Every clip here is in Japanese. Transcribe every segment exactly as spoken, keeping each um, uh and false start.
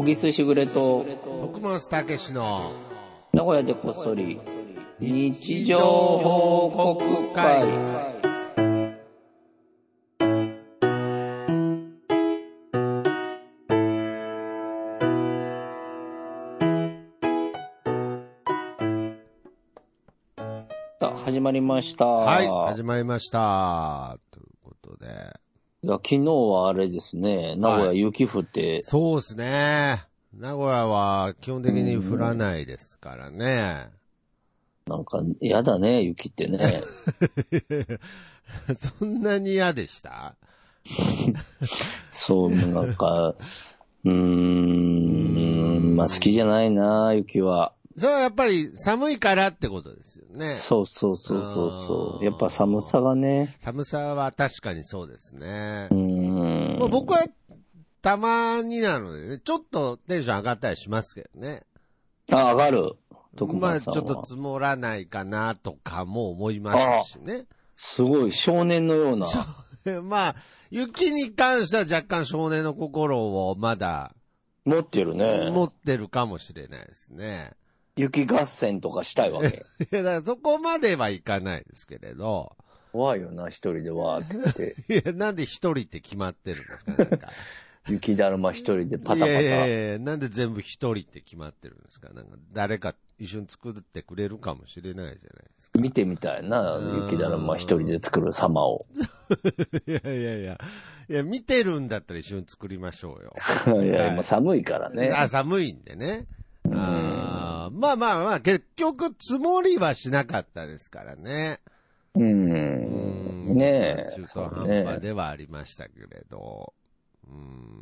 ぎすしぐれと徳松たけしの名古屋でこっそり日常報告会。さあ始まりました。 はい始まりましたということで、 いや昨日はあれですね、名古屋雪降って、はい、 そうですね。名古屋は基本的に降らないですからね。 なんか嫌だね、雪ってね。 そんなに嫌でした？ そう、なんか、うーん、まあ好きじゃないな、雪は。 それはやっぱり寒いからってことですよね。 そうそうそうそうそう。やっぱ寒さがね。 寒さは確かにそうですね。 うーん。 まあ、僕はたまになのでね、ちょっとテンション上がったりしますけどね。 あ、上がる。 まあちょっと積もらないかなとかも思いますしね。 すごい少年のような。 まあ雪に関しては若干少年の心をまだ持ってるね。 持ってるかもしれないですね。 雪合戦とかしたいわけ。 いやだからそこまではいかないですけれど。 怖いよな、一人でわーって言って。 いや、なんで一人って決まってるんですか、なんか。 雪だるま一人でパタパタ。いやいやいや、なんで全部一人って決まってるんですか。なんか誰か一緒に作ってくれるかもしれないじゃないですか。 見てみたいな、雪だるま一人で作る様を。 いやいやいや、いや見てるんだったら一緒に作りましょうよ。 いや、今寒いからね。 あ、寒いんでね。あまあまあまあ、結局積もりはしなかったですからね。 うん。ねえ。 中途半端ではありましたけれど。うん、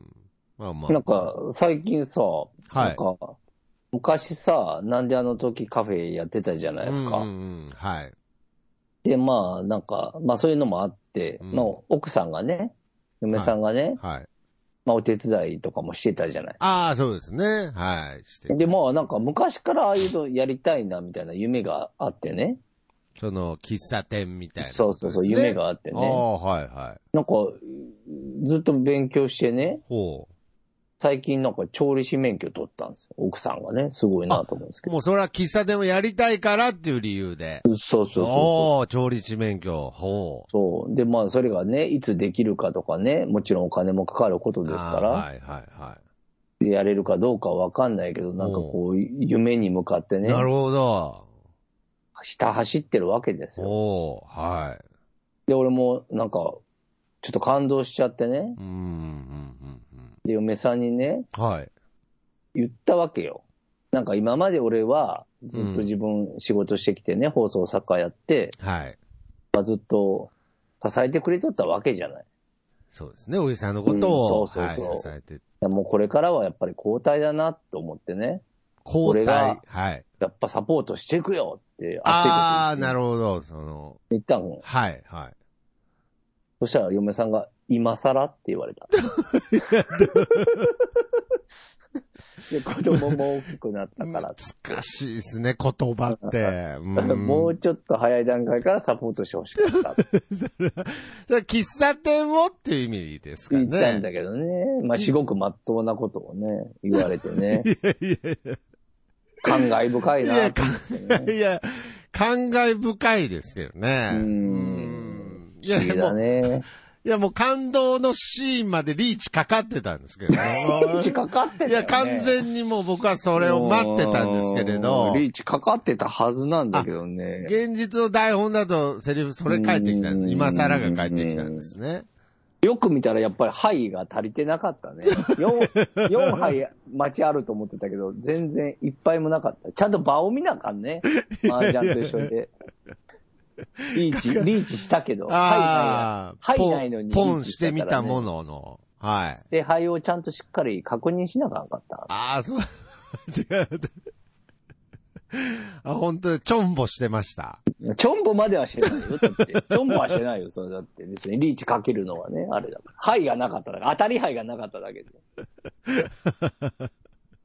まあまあ。 なんか、最近さ、はい、なんか、昔さ、なんであの時カフェやってたじゃないですか。 うんうんうん、はい。 で、まあ、なんか、まあそういうのもあって、うん、まあ奥さんがね、嫁さんがね、はい。はい、まあお手伝いとかもしてたじゃない。 ああ、そうですね。はい。 してで、まあなんか昔からああいうのやりたいなみたいな夢があってね。 その、喫茶店みたいな、ね。 そうそうそう、夢があってね。 ああ、はいはい。 なんか、ずっと勉強してね。 ほう。 最近なんか調理師免許取ったんですよ。奥さんがね。すごいなと思うんですけど。 もうそれは喫茶店をやりたいからっていう理由で。 そうそうそうそう。 おー、調理師免許。ほう。 そう。で、まあそれがね、いつできるかとかね、もちろんお金もかかることですから。 はいはいはい。 やれるかどうかはわかんないけど、なんかこう、夢に向かってね。 なるほど。 下走ってるわけですよ。 おー、はい。 で、俺もなんか、ちょっと感動しちゃってね。 うんうんうんうん、 で、嫁さんにね、 はい。 言ったわけよ。なんか今まで俺はずっと自分仕事してきてね、うん、放送作家やって、 はい。 まあ、ずっと支えてくれとったわけじゃない。 そうですね、おじさんのことを、 うん、そうそうそう、 はい、支えて。 もうこれからはやっぱり交代だなと思ってね。 交代、 はい。やっぱサポートしていくよって熱いこと言って。 ああ、なるほど、その。 言ったの。 はいはい。 そしたら嫁さんが今更って言われた。で子供も大きくなったから。 難しいですね、言葉って。 うん、もうちょっと早い段階からサポートしてほしかった。 それは、それは喫茶店をっていう意味ですかね。 言ったんだけどね。まあ、すごく真っ当なことをね、言われてね。いやいやいや。感慨深いなと思って、ね。 いや、いや、感慨深いですけどね。 うーん。いや、だね。 いや、もう感動のシーンまでリーチかかってたんですけどね。 リーチかかってたよね。 いや、完全にもう僕はそれを待ってたんですけれど。 リーチかかってたはずなんだけどね。 現実の台本だとセリフそれ返ってきたんです。今更が返ってきたんですね。 よく見たらやっぱり牌が足りてなかったね。よん、よんはい待ちあると思ってたけど、全然いっぱいもなかった。ちゃんと場を見なあかんね。麻雀と一緒で。リーチ、リーチしたけど、 あ牌ない、牌ないのに、 ね。ポンしてみたものの。はい。 で、牌をちゃんとしっかり確認しなかった。 ああ、そう、違う。あ、本当に、ちょんぼしてました。 ちょんぼまではしてないよ。だって。ちょんぼはしてないよ。それだって。別にリーチかけるのはね、あれだから。牌がなかっただけ。当たり牌がなかっただけで。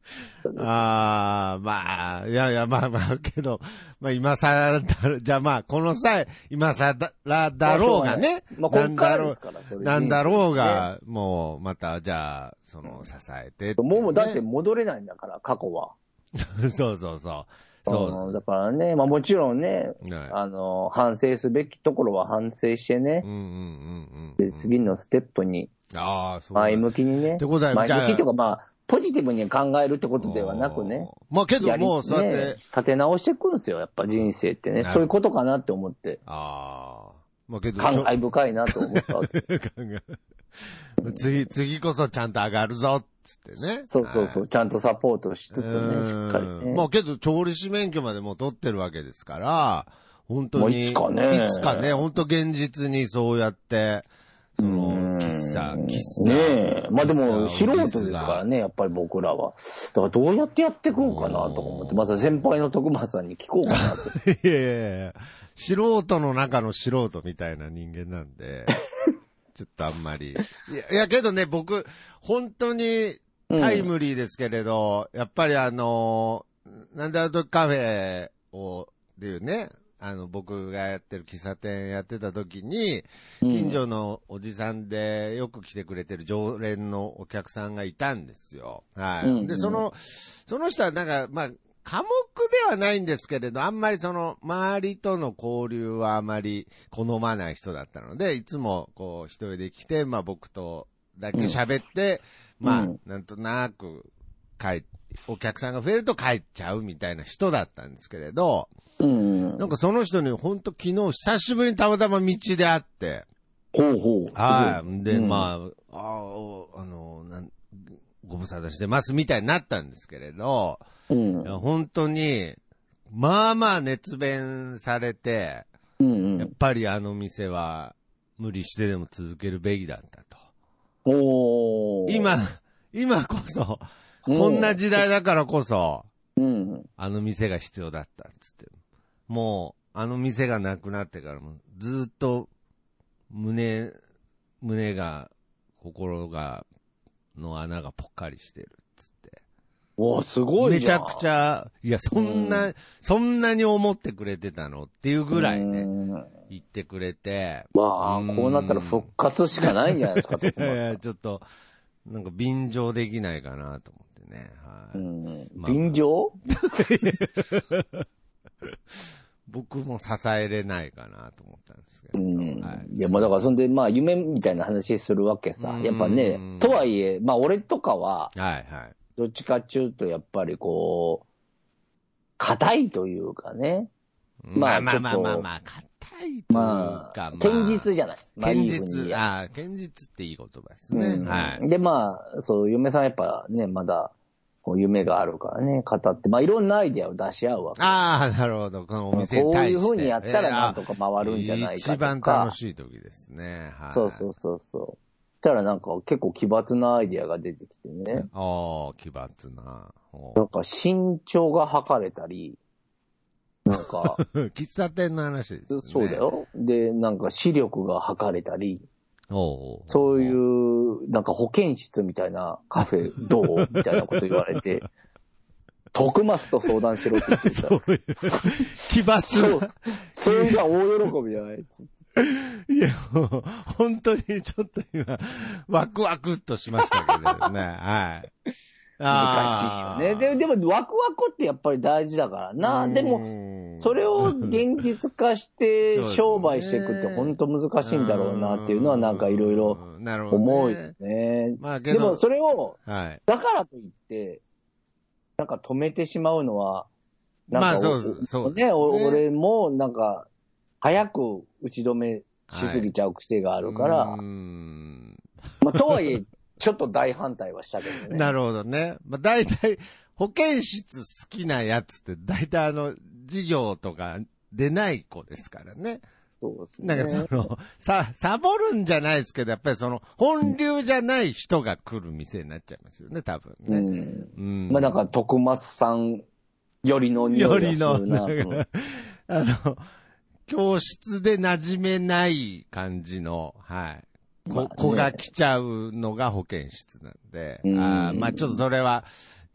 ああ、まあ、いやいや、まあまあ、けど、まあ今更だ、じゃあまあ、この際、今更だろうがね、 まあ、こっからですから、それなんだろうが、もう、また、じゃあ、その、支えてっていうね、 もう、だって戻れないんだから、過去は。 そうそうそう。そうです。 だからね、まあもちろんね、はい、あの、反省すべきところは反省してね、うんうんうんうん、で次のステップに、前向きにね、ってことは前向きというかまあ、ポジティブに考えるってことではなくね、 まあけどもうそうやって、ね、 立て直していくんですよ、やっぱ人生ってね、そういうことかなって思って、 あまあけど感慨深いなと思ったわけ。 次、次こそちゃんと上がるぞっつってね。 そうそうそう、はい、ちゃんとサポートしつつね、しっかりね。 まあけど、調理師免許までもう取ってるわけですから、本当に、 いつかね、 いつかね、本当現実にそうやって、その、喫茶、喫茶。 ねえ。まあでも、素人ですからね、やっぱり僕らは。だからどうやってやっていこうかなと思って、まず先輩の徳松さんに聞こうかなと。 いやいやいや、素人の中の素人みたいな人間なんで。ちょっとあんまり。いや、いやけどね、僕、本当にタイムリーですけれど、うん、やっぱりあの、なんだとカフェを、っていうね、あの、僕がやってる喫茶店やってた時に、近所のおじさんでよく来てくれてる常連のお客さんがいたんですよ。はい。うんうん、で、その、その人はなんか、まあ、寡黙ではないんですけれど、あんまりその、周りとの交流はあまり好まない人だったので、いつもこう、一人で来て、まあ僕とだけ喋って、うん、まあ、なんとなく帰、お客さんが増えると帰っちゃうみたいな人だったんですけれど、うん、なんかその人に本当昨日久しぶりにたまたま道で会って、 ほうほう。 はい。で、うん、まあ、ああ、あの、なんご無沙汰してますみたいになったんですけれど、うん、本当に、まあまあ熱弁されて、うんうん、やっぱりあの店は無理してでも続けるべきだったと。お今、今こそ、こんな時代だからこそ、うん、あの店が必要だったっつって。もう、あの店がなくなってからもずっと胸、胸が、心が、の穴がぽっかりしてるっつって。 おー、すごいじゃん。めちゃくちゃ、いや、そんな、うん、そんなに思ってくれてたのっていうぐらいね、言ってくれて。 まあ、こうなったら復活しかないんじゃないですか、と思います。 いや、ちょっと、なんか便乗できないかなと思ってね。はい。うん、 まあ、便乗僕も支えれないかなと思ったんですけど。うん。 はい、いや、まあだからそんで、まあ夢みたいな話するわけさ。やっぱね、とはいえ、まあ俺とかは、はいはい。どっちかっていうと、やっぱりこう、硬いというかね。 まあまあまあまあまあ、硬いというか、まあ、 堅実じゃない。まあ、 堅実。ああ、堅実っていい言葉ですね。うん、はい。 で、まあ、そう、嫁さんやっぱね、まだ、こう夢があるからね、語って、まあいろんなアイディアを出し合うわけ。 ああ、なるほど。このお店に対して。 こういう風にやったらなんとか回るんじゃないかとか。 一番楽しい時ですね。はい。 そうそうそうそう。そしたらなんか結構奇抜なアイディアが出てきてね。 ああ、奇抜な。 なんか身長が測れたり、なんか。 喫茶店の話ですね。 そうだよ。で、なんか視力が測れたり。おそういう、なんか保健室みたいなカフェどうみたいなこと言われて、徳松と相談しろって言ってた。そういう、 奇抜そう、そういうのは大喜びじゃないっつって。 いや、もう、本当にちょっと今、ワクワクっとしましたけどね。はい。 難しいよね。で、でも、ワクワクってやっぱり大事だからな。でも、それを現実化して商売していくって本当難しいんだろうなっていうのはなんかいろいろ思うよね。ねまあ、でもそれを、だからといって、なんか止めてしまうのは、なんか、まあそうそうね、俺もなんか、早く打ち止めしすぎちゃう癖があるから、はい、まあとはいえ、ちょっと大反対はしたけどね。 なるほどね。まあ大体、保健室好きなやつって大体あの、授業とか出ない子ですからね。 そうですね。 なんかその、さ、サボるんじゃないですけど、やっぱりその、本流じゃない人が来る店になっちゃいますよね、多分ね。うん。 うん、まあなんか、徳松さんよりの匂いがするな。よりの、 あの、教室で馴染めない感じの、はい。こ、子が来ちゃうのが保健室なんで、あまあちょっとそれは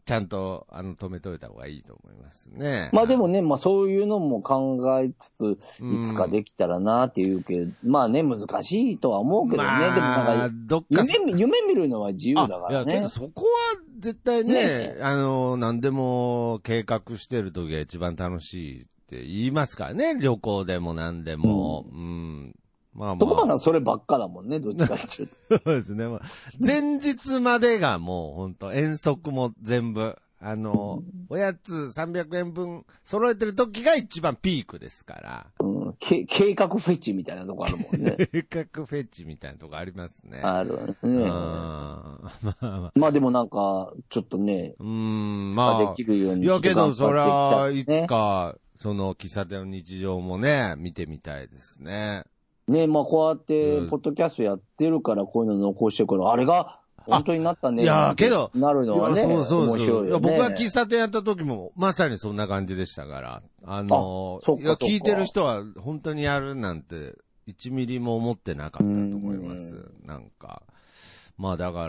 ちゃんと、あの、止めといた方がいいと思いますね。 まあでもね、まあそういうのも考えつつ、いつかできたらなっていうけど、まあね、難しいとは思うけどね。 まあ、 でもなんか、 どっか夢、夢見るのは自由だからいや、けねど。そこは絶対ね、 ねあの、何でも計画してる時が一番楽しいって言いますからね、旅行でも何でも。うん。うんまあまあ。 徳間さんそればっかだもんね、どっちかっていうと。 そうですね。まあ、前日までがもう本当遠足も全部、あの、おやつさんびゃくえんぶん揃えてる時が一番ピークですから。 うん、け計画フェチみたいなとこあるもんね。 計画フェチみたいなとこありますね。 あるね。 うんまあまあ、 まあでもなんか、ちょっとね、 うーん、まあ、 できるようにいやけど、そら、いいつつか、その喫茶店の日常もね、見てみたいですね。 ね、まあこうやってうん、 ポッドキャストやってるからこういうの残してるから、あれが本当になったね。 いやけど、 なるのはね、 そうそうそう面白いよね。 いや僕が喫茶店やった時も、まさにそんな感じでしたから。あの、 あそっかいや、 そっか聞いてる人は本当にやるなんて、いちミリも思ってなかったと思います。なんか。まあだから、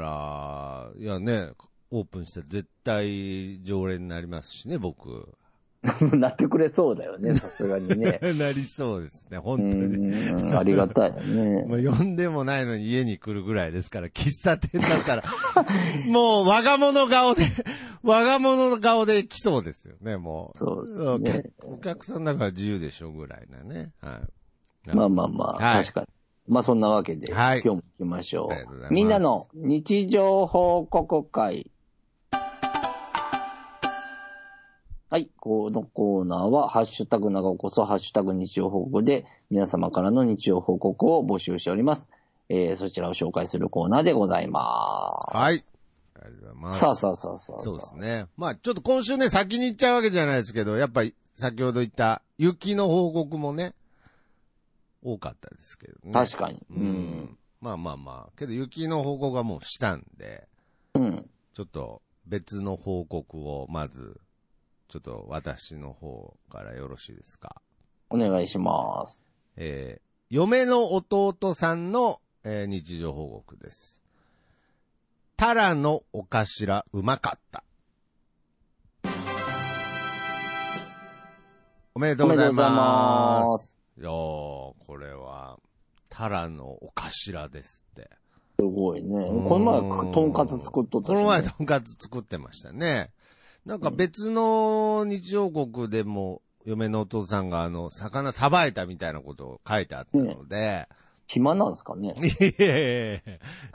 いやね、オープンして絶対常連になりますしね、僕。 なってくれそうだよね、さすがにね。 なりそうですね、本当に。 うんありがたいよね。 まあ、呼んでもないのに家に来るぐらいですから、喫茶店だったら、もう我が物顔で、我が物顔で来そうですよね、もう。 そうですね。 お客さんだから自由でしょぐらいなね。はい。 まあまあまあ、 はい、 確かに。まあそんなわけで、 はい、 今日も行きましょう。 みんなの日常報告会。はい。このコーナーは、ハッシュタグ長こそ、ハッシュタグ日常報告で、皆様からの日常報告を募集しております。えー、そちらを紹介するコーナーでございます。 はい。ありがとうございます。 さあさあさあさあ。 そうですね。まあちょっと今週ね、先に行っちゃうわけじゃないですけど、やっぱり先ほど言った雪の報告もね、多かったですけどね。 確かに。 うん。うん、まあまあまあ。けど雪の報告はもうしたんで、 うん。 ちょっと別の報告をまず、ちょっと私の方からよろしいですか。 お願いします。 えー、嫁の弟さんの、えー、日常報告です。タラのお頭うまかった。おめでとうございます。いやー、これは、タラのお頭ですって。 すごいね。この前、とんかつ作っとったし、ね、 この前、とんかつ作ってましたね。なんか別の日常国でも、嫁のお父さんがあの、魚さばいたみたいなことを書いてあったので、ね、 暇なんですかね。 いやいやいや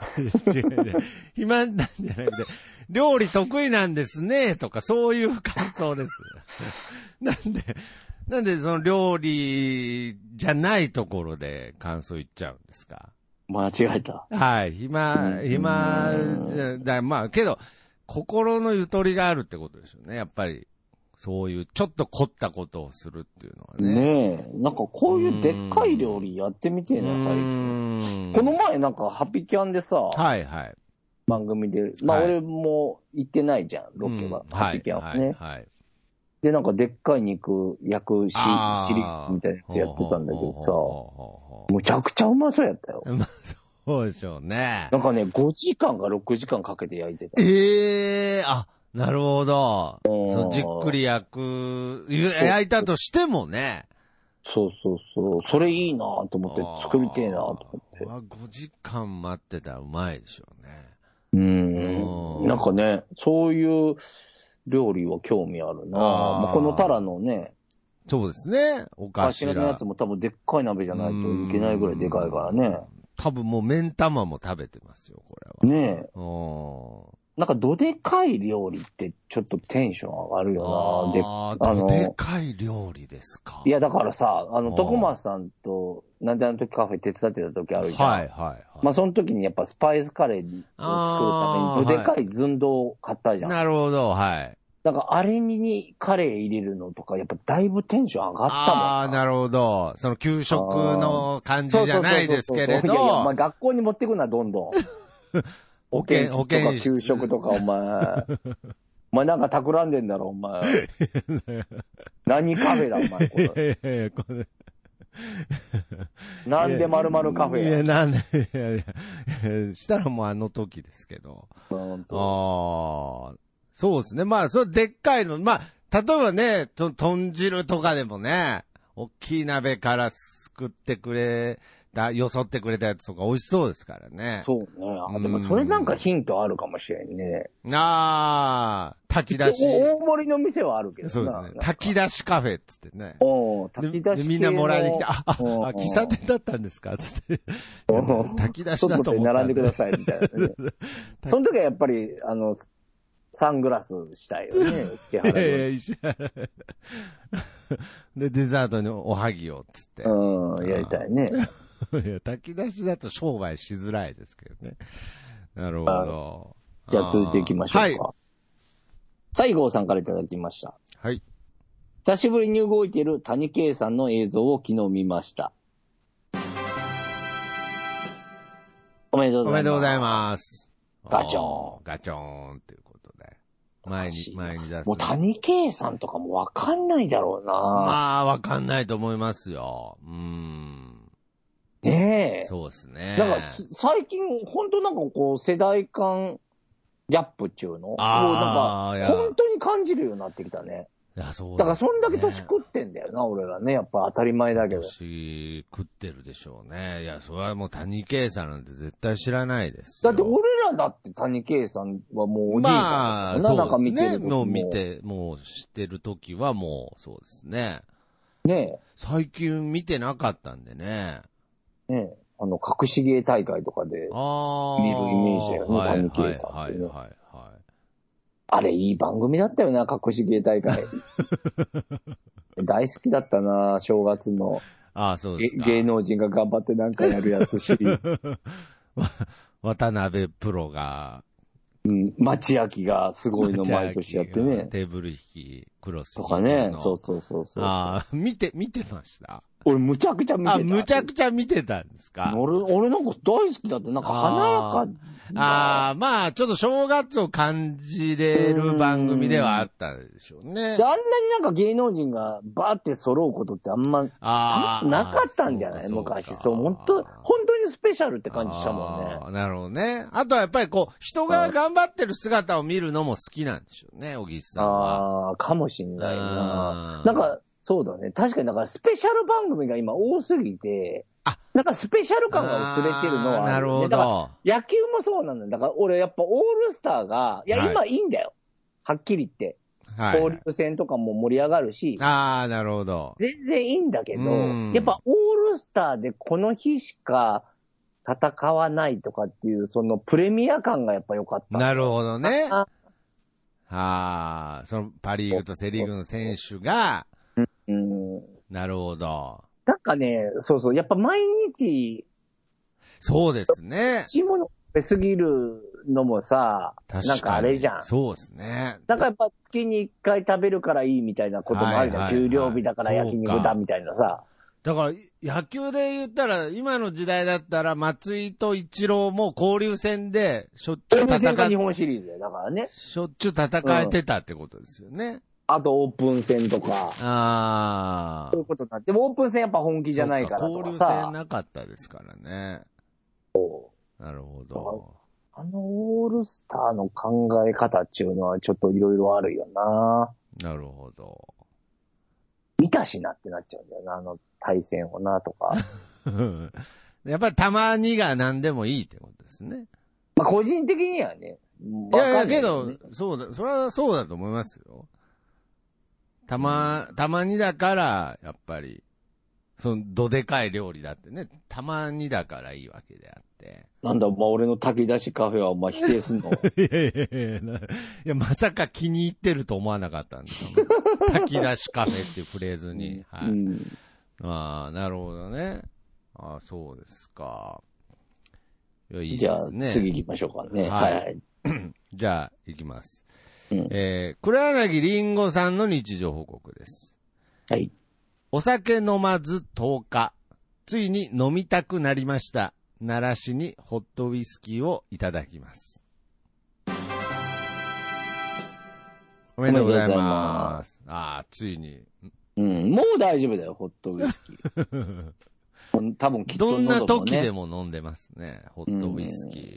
暇なんじゃなくて、料理得意なんですね、とかそういう感想です。なんで、なんでその料理じゃないところで感想言っちゃうんですか？ 間違えた。 はい、暇、暇、だまあけど、心のゆとりがあるってことですよね。やっぱり、そういう、ちょっと凝ったことをするっていうのはね。 ねえ。なんかこういうでっかい料理やってみてえな、最近。この前なんかハピキャンでさ、 はいはい。 番組で、まあ俺も行ってないじゃん、ロケは。ハピキャンはね。はい。で、なんかでっかい肉焼くし、シリみたいなやつやってたんだけどさ、むちゃくちゃうまそうやったよ。 そうでしょうね。 なんかね、ごじかんかろくじかんかけて焼いてた。 ええー、あ、なるほど。そのじっくり焼く、焼いたとしてもね。 そうそうそう。それいいなと思って作りてえなと思って。 ごじかん待ってたらうまいでしょうね。 うーん。なんかね、そういう料理は興味あるなあこのタラのね。 そうですね。おかしらのやつも多分でっかい鍋じゃないといけないぐらいでかいからね。 多分もう目ん玉も食べてますよ、これは。 ねえ。なんかどでかい料理ってちょっとテンション上がるよな。 で、あの、どでかい料理ですか。 いやだからさ、あの、徳松さんと、なんであの時カフェ手伝ってた時あるじゃん。はいはいはい。まあその時にやっぱスパイスカレーを作るためにどでかい寸胴を買ったじゃん。 なるほど、はい。 なんかあれにカレー入れるのとか、やっぱだいぶテンション上がったもんな。 ああ、なるほど。その給食の感じじゃないですけれど。いやいや、 まあ学校に持ってくな、どんどん。保健室とか給食とか、お前。お前なんか企んでんだろ、お前。何カフェだ、お前、これ。いやいやこれなんで〇〇カフェや。 いや、なんで、いやいや、したらもうあの時ですけど。ああ。 そうですね。まあ、それでっかいの、まあ、例えばね、と豚汁とかでもね、大きい鍋からすくってくれた、よそってくれたやつとか美味しそうですからね。 そうね。あ、でもそれなんかヒントあるかもしれんね。 ああ、炊き出し。 大盛りの店はあるけどな。 そうですね。炊き出しカフェっつってね。 お炊き出し系のみんなもらいに来て、あ、あ、あ、喫茶店だったんですかつって。炊き出しだと思った。 並んでくださいみたいなね。その時はやっぱり、あの、サングラスしたいよね。いやいやいやで、デザートにおはぎをつって。 うん、やりたいね。 いや、炊き出しだと商売しづらいですけどね。なるほど。 じゃあ続いていきましょうか。はい。西郷さんからいただきました。 はい。 久しぶりに動いている谷圭さんの映像を昨日見ました。おめでとうございます。 おめでとうございます。 ガチョン。 ガチョーンっていうことで。前に、前に出す。 もう谷圭さんとかもわかんないだろうな。 まあ、わかんないと思いますよ。うーん。 ねえ。 そうですね。 だから、最近、本当なんかこう、世代間ギャップっていうのを、なんか、本当に感じるようになってきたね。 いや、そうですね。 だから、そんだけ年食ってんだよな、俺らね。やっぱ当たり前だけど。 年食ってるでしょうね。いや、それはもう谷圭さんなんて絶対知らないですよ。だって俺らだって谷圭さんはもうおじいさん。まあ、 そうですね。の見て、もう知ってる時はもう、そうですね。 ねえ。 最近見てなかったんでね。 ねえ。あの、隠し芸大会とかで見るイメージだよね、谷圭さんってね。はいはいはい。あれ、いい番組だったよな、隠し芸大会。大好きだったな、正月の。 ああ、そうですか。 芸能人が頑張ってなんかやるやつシリーズ。 渡辺プロが。 うん、町焼がすごいの毎年やってね。 テーブル引き、クロスとかね、そうそうそうそう。 ああ、見て、見てました。 俺、むちゃくちゃ見てた。あ、 むちゃくちゃ見てたんですか。 俺、俺なんか大好きだって、なんか華やか。 ああ、まあ、ちょっと正月を感じれる番組ではあったでしょうね。 あんなになんか芸能人がバーって揃うことってあんま、あなかったんじゃない昔。そう、本当本当にスペシャルって感じしたもんね。 なるほどね。あとはやっぱりこう、人が頑張ってる姿を見るのも好きなんでしょうね、小木さんは。 ああ、かもしんないな。なんか、そうだね。確かにだからスペシャル番組が今多すぎて、あ、なんかスペシャル感が薄れてるのはある、ね。 なるほど。 だから野球もそうなんだよ。だから俺やっぱオールスターが、いや、今いいんだよ。はっきり言って。はい、交流戦とかも盛り上がるし。 ああ、なるほど。 全然いいんだけど、やっぱオールスターでこの日しか戦わないとかっていう、そのプレミア感がやっぱ良かった。 なるほどね。ああ、そのパリーグとセリーグの選手が、うん、なるほど。 なんかね、そうそう、やっぱ毎日、 そうですね。 仕物食べすぎるのもさ、なんかあれじゃん。 そうですね。 なんかやっぱ月にいっかい食べるからいいみたいなこともあるじゃん。はいはいはい、給料日だから焼肉だみたいなさ。 だから野球で言ったら、今の時代だったら松井とイチローも交流戦でしょっちゅう戦って。日本シリーズだよ、だからね。 しょっちゅう戦えてたってことですよね。うん、 あとオープン戦とか。 ああ。 そういうことになって。でもオープン戦やっぱ本気じゃないからとかさ。 交流戦なかったですからね。なるほど。 あのオールスターの考え方っていうのはちょっといろいろあるよな。 なるほど。 見たしなってなっちゃうんだよな、あの対戦をなとか。 やっぱりたまにが何でもいいってことですね。 まあ個人的にはね。 いやいやけど、そうだ、それはそうだと思いますよ。たま、たまにだから、やっぱり、そのどでかい料理だってね、たまにだからいいわけであって。 なんだ、まあ俺の炊き出しカフェはお前否定すんのいやいやいやいや、いや、まさか気に入ってると思わなかったんですよ。炊き出しカフェっていうフレーズに。はい。うん、ああ、なるほどね。ああ、そうですか。いや、いいですね。 じゃあ、次行きましょうかね。はい、はい。 じゃあ、行きます。うん、えー、黒柳りんごさんの日常報告です。 はい。 お酒飲まずとおか。ついに飲みたくなりました。奈良市にホットウイスキーをいただきます。おめでとうございます。ああ、ついに。 うん、もう大丈夫だよ、ホットウイスキー。多分きっと、 ね、どんな時でも飲んでますね、ホットウイスキー。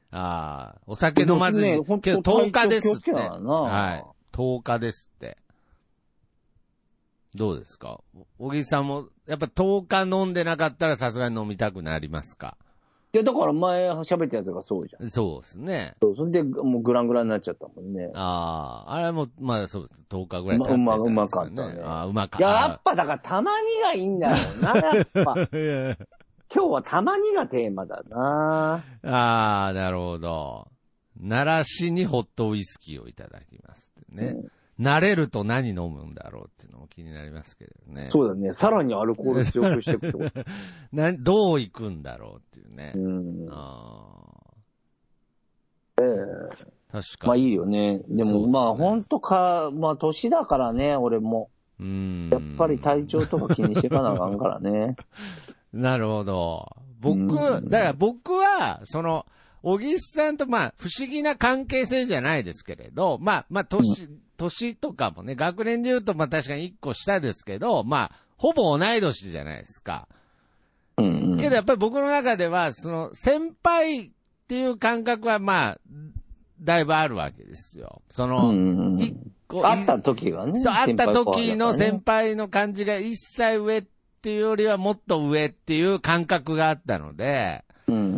ああ、お酒飲まずに、 ね、 けどとおかですって。 はい。とおかですって。どうですか？小木さんも、やっぱとおか飲んでなかったらさすがに飲みたくなりますか？ いや、だから前喋ったやつがそうじゃん。 そうですね。 そう、それでもうグラングランになっちゃったもんね。 ああ、あれも、まあそうです。とおかぐらい経ってたんですよね。 うま、うまかったね。 ああ、うまかった。 やっぱだからたまにがいいんだろうな、やっぱ。今日はたまにがテーマだな。 ああ、なるほど。奈良市にホットウイスキーをいただきますってね。うん慣れると何飲むんだろうっていうのも気になりますけどね。 そうだね。さらにアルコール強くしていくってことなどういくんだろうっていうね。 うん。 あええ確かに。 まあいいよね。でも、ね、まあ本当か、まあ年だからね、俺も。 うんやっぱり体調とか気にしてかなあかんからね。 なるほど。僕、だから僕は、その、小木さんとまあ不思議な関係性じゃないですけれど、まあまあ年、うん年とかもね、学年で言うと、まあ確かに一個下ですけど、まあ、ほぼ同い年じゃないですか。 うんうん、 けどやっぱり僕の中では、その、先輩っていう感覚は、まあ、だいぶあるわけですよ。その、 うん一個。会った時がね。 そう、会った時の先輩の感じが一切上っていうよりはもっと上っていう感覚があったので、 うんうん、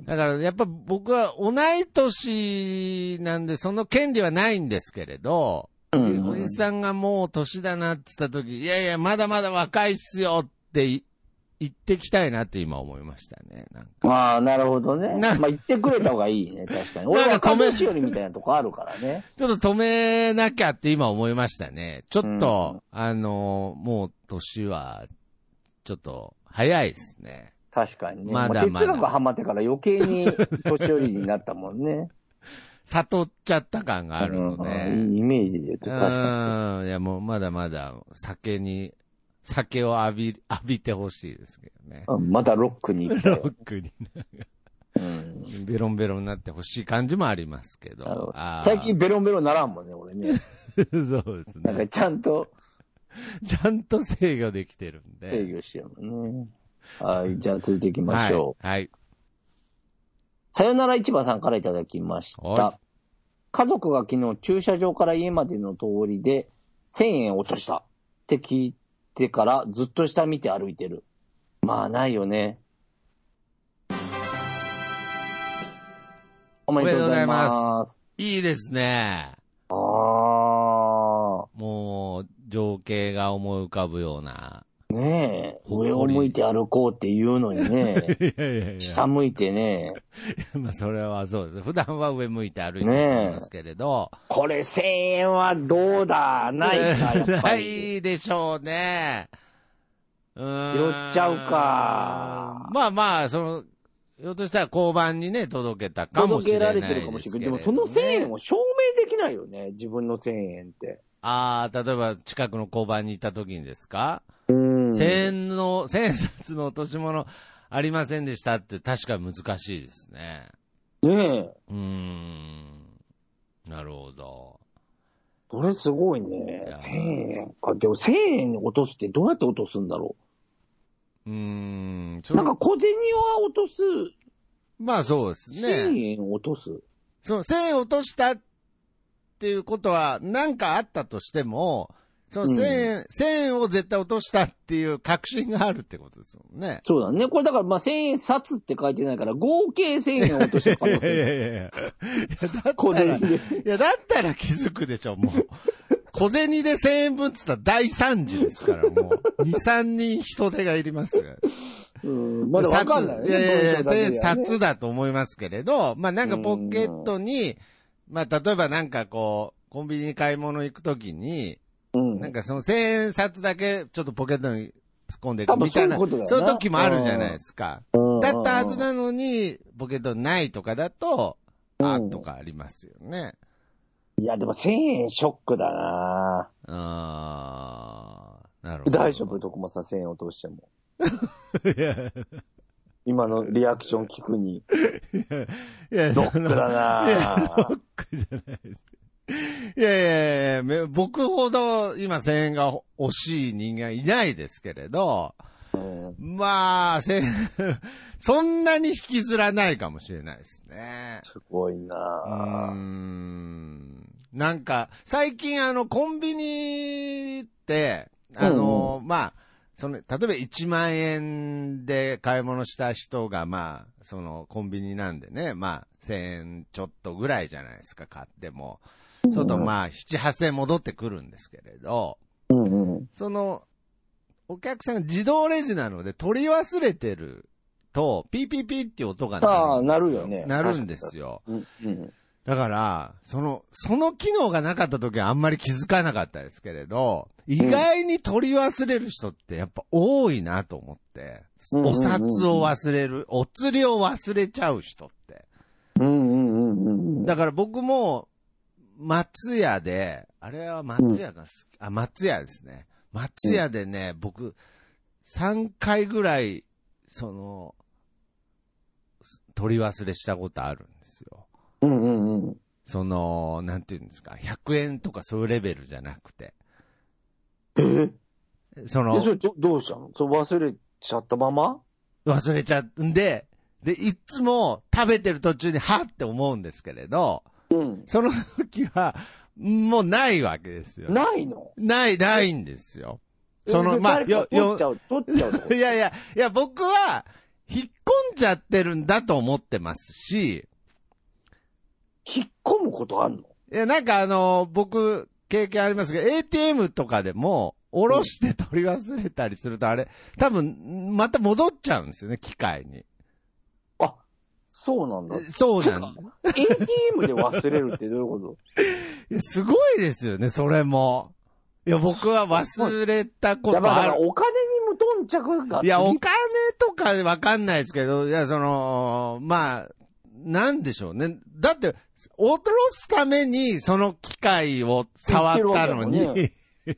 だからやっぱ僕は同い年なんでその権利はないんですけれど、うんうん、おじさんがもう年だなって言った時、いやいやまだまだ若いっすよって言ってきたいなって今思いましたね。なんかああ、なるほどね。まあ言ってくれた方がいいね、確かに。俺は止めしよりみたいなとこあるからね。 ちょっと止めなきゃって今思いましたね。ちょっと、うん、あの、もう年はちょっと早いですね。 確かにね。まだまだ。哲学ハマってから余計に年寄りになったもんね。 悟っちゃった感があるので。 うん、いいイメージで言うと確かに。いやもうまだまだ酒に、酒を浴び、浴びてほしいですけどね。 うん、まだロックに行きたい。 ロックに。うん、ベロンベロンになってほしい感じもありますけど。 最近ベロンベロンにならんもんね、俺ね。 そうですね。 なんかちゃんと。 ちゃんと制御できてるんで。 制御してるもんね。はい、じゃあ続いていきましょう。はい。はい、 さよなら市場さんからいただきました。家族が昨日駐車場から家までの通りでせんえん落としたって聞いてからずっと下見て歩いてる。まあないよね。おめでとうございます。 いいですね。 ああ。 もう情景が思い浮かぶような。 ねえ、上を向いて歩こうって言うのにね、いやいやいや下向いてね。 まあそれはそうです。普段は上向いて歩いてますけれど。 ね、これせんえんはどうだないか、やっぱり。 ないでしょうね。 うーん。拾っちゃうか。 まあまあ、その、ひょっとしたら交番にね、届けたかもしれないですけれど、ね。届けられてるかもしれない。 でもそのせんえんを証明できないよね、自分のせんえんって。 ああ、例えば近くの交番に行った時にですか？千円の、千円札の落とし物ありませんでしたって確かに難しいですね。 ねえ。 うーん。なるほど。 これすごいね。千円か。でも千円落とすってどうやって落とすんだろう。うーん。 なんか小銭は落とす。 まあそうですね。 千円落とす。 その千円落としたっていうことは何かあったとしても、その千円、うん、千円を絶対落としたっていう確信があるってことですもんね。 そうだね。これだからまあ千円札って書いてないから合計千円落とした可能性。 いやいやいやいや。小銭で。いや、だったら気づくでしょ、もう。小銭で千円分って言ったら大惨事ですから、もう。二、三人人手がいりますよ。 うん、まだわかんないよね。 いやいやいや、千円札だと思いますけれど、まあなんかポケットに、まあ例えばなんかこう、コンビニに買い物行くときに、うん、なんかその千円札だけちょっとポケットに突っ込んでいくみたいな、そういう時もあるじゃないですか。だったはずなのに、ポケットないとかだと、あーとかありますよね。 いや、でも千円ショックだなぁ。 あー、なるほど。 大丈夫、徳間さん千円落としても。いや今のリアクション聞くに。いや、ロックだなぁ。 いや、ロックじゃないです。いやいやいや、僕ほど今千円が欲しい人間いないですけれど、 うん、 うん、 まあ、せ、そんなに引きずらないかもしれないですね。 すごいなぁ。 うーん。なんか、最近あの、コンビニって、あの、うんうん、まあ、その、例えばいちまん円で買い物した人が、まあ、その、コンビニなんでね、まあ、せんえんちょっとぐらいじゃないですか、買っても。ちょっとまあ、なな、はっせんえん戻ってくるんですけれど、 うんうん、 その、お客さんが自動レジなので取り忘れてると、ピーピーピーって音が鳴るんですよ。 ああ、なるよね。 なるんですよ。 うんうん、 だから、その、その機能がなかった時はあんまり気づかなかったですけれど、意外に取り忘れる人ってやっぱ多いなと思って、うん、お札を忘れる、お釣りを忘れちゃう人って。 うんうんうんうん、 だから僕も、松屋で、あれは松屋が好き、うん、あ、松屋ですね。松屋でね、うん、僕、さんかいぐらい、その、取り忘れしたことあるんですよ。 うんうんうん。 その、なんていうんですか、ひゃくえんとかそういうレベルじゃなくて。 えその、 それど、どうしたの？そう忘れちゃったまま？ 忘れちゃうんで、で、いつも食べてる途中にはって思うんですけれど、 うん、 その時は、もうないわけですよ。 ないの？ ない、ないんですよ。 その、まあ、よ、よ、取っちゃう、取っちゃう。 いやいや、いや、僕は、引っ込んじゃってるんだと思ってますし、 引っ込むことあんの？ いや、なんかあの、僕、経験ありますけど、エーティーエム とかでも、下ろして取り忘れたりすると、あれ、多分、また戻っちゃうんですよね、機械に。 あ、そうなんだ。 そうなんだ。 エーティーエム で忘れるってどういうこと？ いや、すごいですよね、それも。いや、僕は忘れたことある。 だから、お金に無頓着が。 いや、お金とかわかんないですけど、いや、その、まあ、なんでしょうね。だって、落とすためにその機械を触ったのに、ね、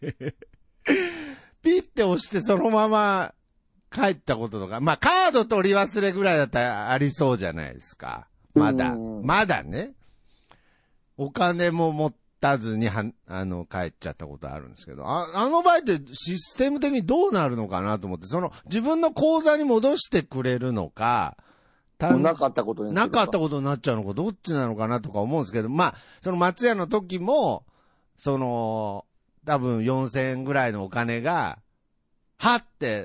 ピッて押してそのまま帰ったこととか、まあカード取り忘れぐらいだったらありそうじゃないですか。まだ、まだね。お金も持たずには、あの、帰っちゃったことあるんですけど、あ、あの場合ってシステム的にどうなるのかなと思って、その自分の口座に戻してくれるのか、 もうなかったことになかったことになっちゃうのか、どっちなのかなとか思うんですけど、まあ、その松屋の時も、その、多分よんせんえんぐらいのお金が、はって、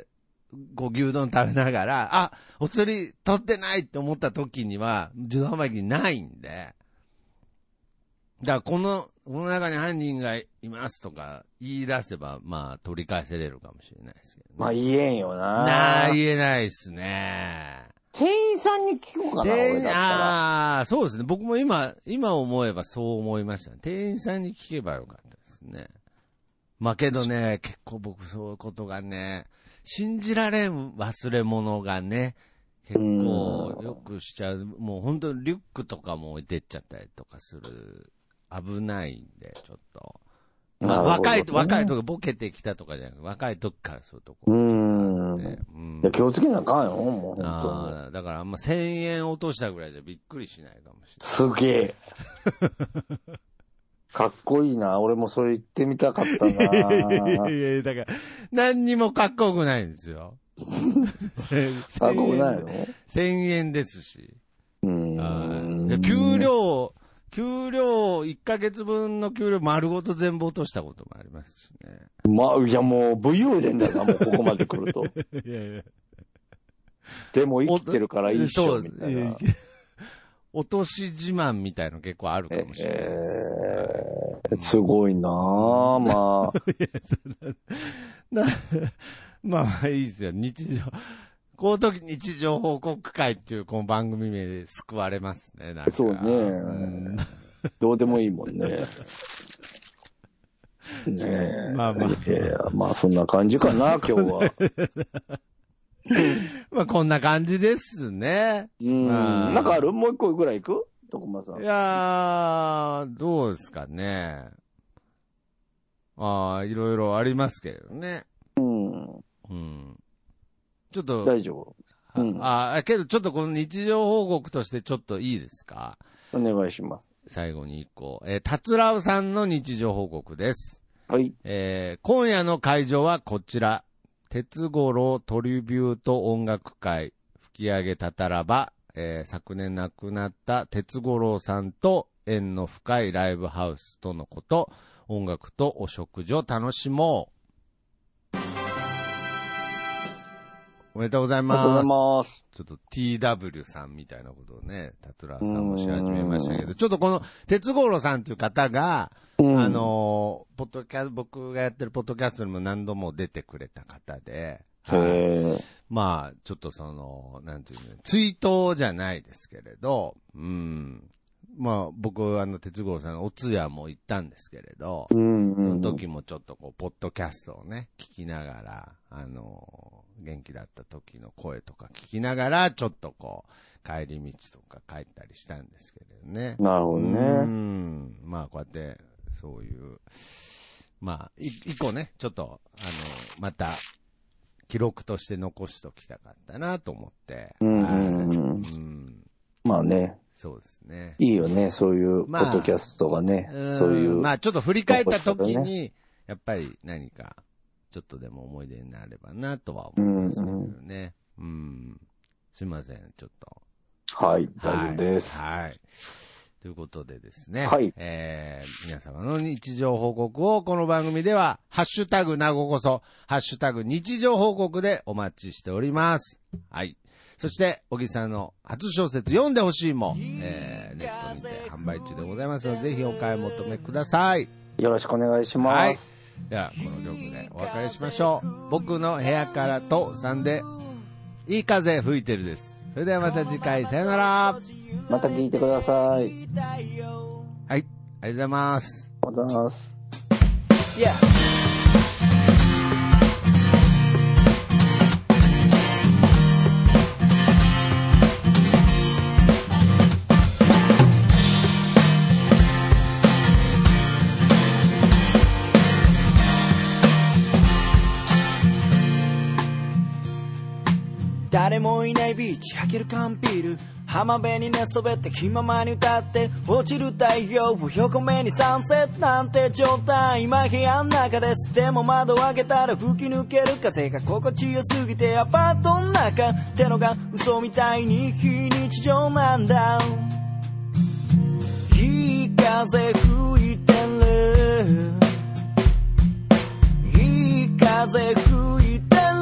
こう牛丼食べながら、あ、お釣り取ってないって思った時には、自動販売機ないんで、だからこの、この中に犯人がいますとか言い出せば、まあ取り返せれるかもしれないですけどね。 まあ言えんよな。 なあ、言えないっすね。 店員さんに聞こうかな、俺だったら。 ああ、そうですね。僕も今、今思えばそう思いましたね。店員さんに聞けばよかったですね。まあけどね、結構僕そういうことがね、信じられん忘れ物がね、結構よくしちゃう。もう本当にリュックとかも置いてっちゃったりとかする。危ないんで、ちょっと。まあ、若いと、若いとかボケてきたとかじゃなくて、若い時からそういうとこ。 うん。うん。いや、気をつけなあかんよ、もう本当に。 ああ、だからあんませんえん落としたぐらいじゃびっくりしないかもしれない。 すげえ。かっこいいな。俺もそれ言ってみたかったな。いやいやいや、だから、何にもかっこよくないんですよ。 かっこよくないの？ せんえんですし。 うん。 給料、給料、いっかげつぶんの給料丸ごと全部落としたこともありますしね。 まあ、いやもう武勇伝だな、もうここまで来ると。いやいや。でも生きてるからいいっしょ、みたいな。 落とし自慢みたいの結構あるかもしれないです。 えー、すごいなぁ、まあ。 なまあ、いいですよ。日常。この時日常報告会っていうこの番組名で救われますね。なんかそうね、うん。どうでもいいもんね。ねえ。まあまあ。いやいや、まあそんな感じかな、今日は。 まあこんな感じですね。 うん。まあ、なんかある？もう一個ぐらい行く？徳間さん。 いやー、どうですかね。ああ、いろいろありますけどね。 うん。うん。 ちょっと。 大丈夫。 うん、ああ、けどちょっとこの日常報告としてちょっといいですか？ お願いします。 最後に一個。えー、たつらうさんの日常報告です。 はい。 えー、今夜の会場はこちら。 鉄五郎トリビュート音楽会吹き上げたたらば、えー、昨年亡くなった鉄五郎さんと縁の深いライブハウスとのこと、音楽とお食事を楽しもう。おめでとうございます。 ありがとうございます。 ちょっと ティーダブリュー さんみたいなことをね、タトラーさんもし始めましたけど、ちょっとこの鉄五郎さんという方が、あの、ポッドキャスト、僕がやってるポッドキャストにも何度も出てくれた方で、 へまあ、ちょっとその、なんていうの、ツイートじゃないですけれど、うん。まあ、僕、あの、鉄五郎さんのお通夜も行ったんですけれど、 うんうん、 その時もちょっとこう、ポッドキャストをね、聞きながら、あの、元気だった時の声とか聞きながら、ちょっとこう、帰り道とか帰ったりしたんですけれどね。 なるほどね。 うん。まあ、こうやって、そういう、まあ、い一個ね、ちょっと、あの、また、記録として残しときたかったなと思って。 うんうんうん。うん、まあね。 そうですね。 いいよね、そういうポッドキャストがね。まあ、そういう。 まあちょっと振り返った時に、ね、やっぱり何か、ちょっとでも思い出になればなとは思いますけどね。うん、うん。すいません、ちょっと。 はい、大丈夫です。 はい。はいということでですね。 はい。 えー、皆様の日常報告をこの番組では、ハッシュタグなごこそ、ハッシュタグ日常報告でお待ちしております。はい。そして、小木さんの初小説読んでほしいも、えー、ネットにて販売中でございますので、ぜひお買い求めください。 よろしくお願いします。はい。 では、この曲でお別れしましょう。僕の部屋からとさんで、いい風吹いてるです。それではまた次回、さよなら。 また聞いてください。はい、 ありがとうございます。 ありがとうございます。 Yeah.誰もいないビーチ開ける缶ビール浜辺に寝そべって気ままに歌って落ちる太陽を横目にサンセットなんて状態今部屋の中ですでも窓を開けたら吹き抜ける風が心地よすぎてアパートの中ってのが嘘みたいに非日常なんだいい風吹いてるいい風吹いてる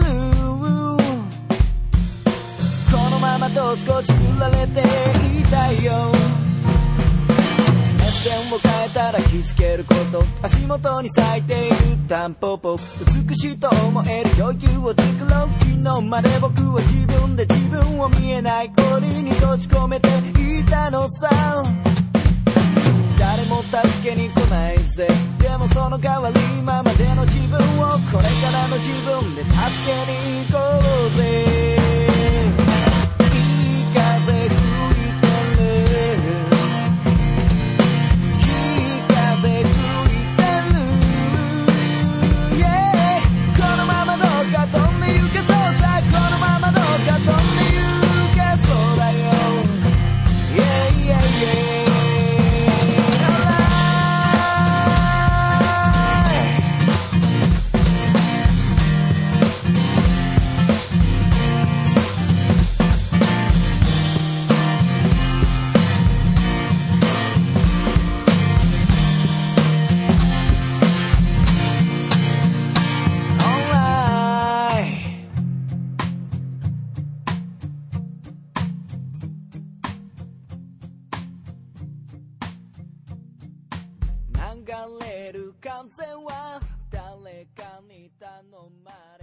このままと少し振られていたいよ目線を変えたら気づけること足元に咲いているタンポポ美しいと思える余裕を作ろう昨日まで僕は自分で自分を見えない氷に閉じ込めていたのさ誰も助けに来ないぜでもその代わり今までの自分をこれからの自分で助けに行こうぜ風吹いてるいい風吹いてる、yeah、このままどうか飛んで行けそうさこのままどうか飛んで行けそうだよ Yeah yeah yeah流れる風は誰かに頼まれ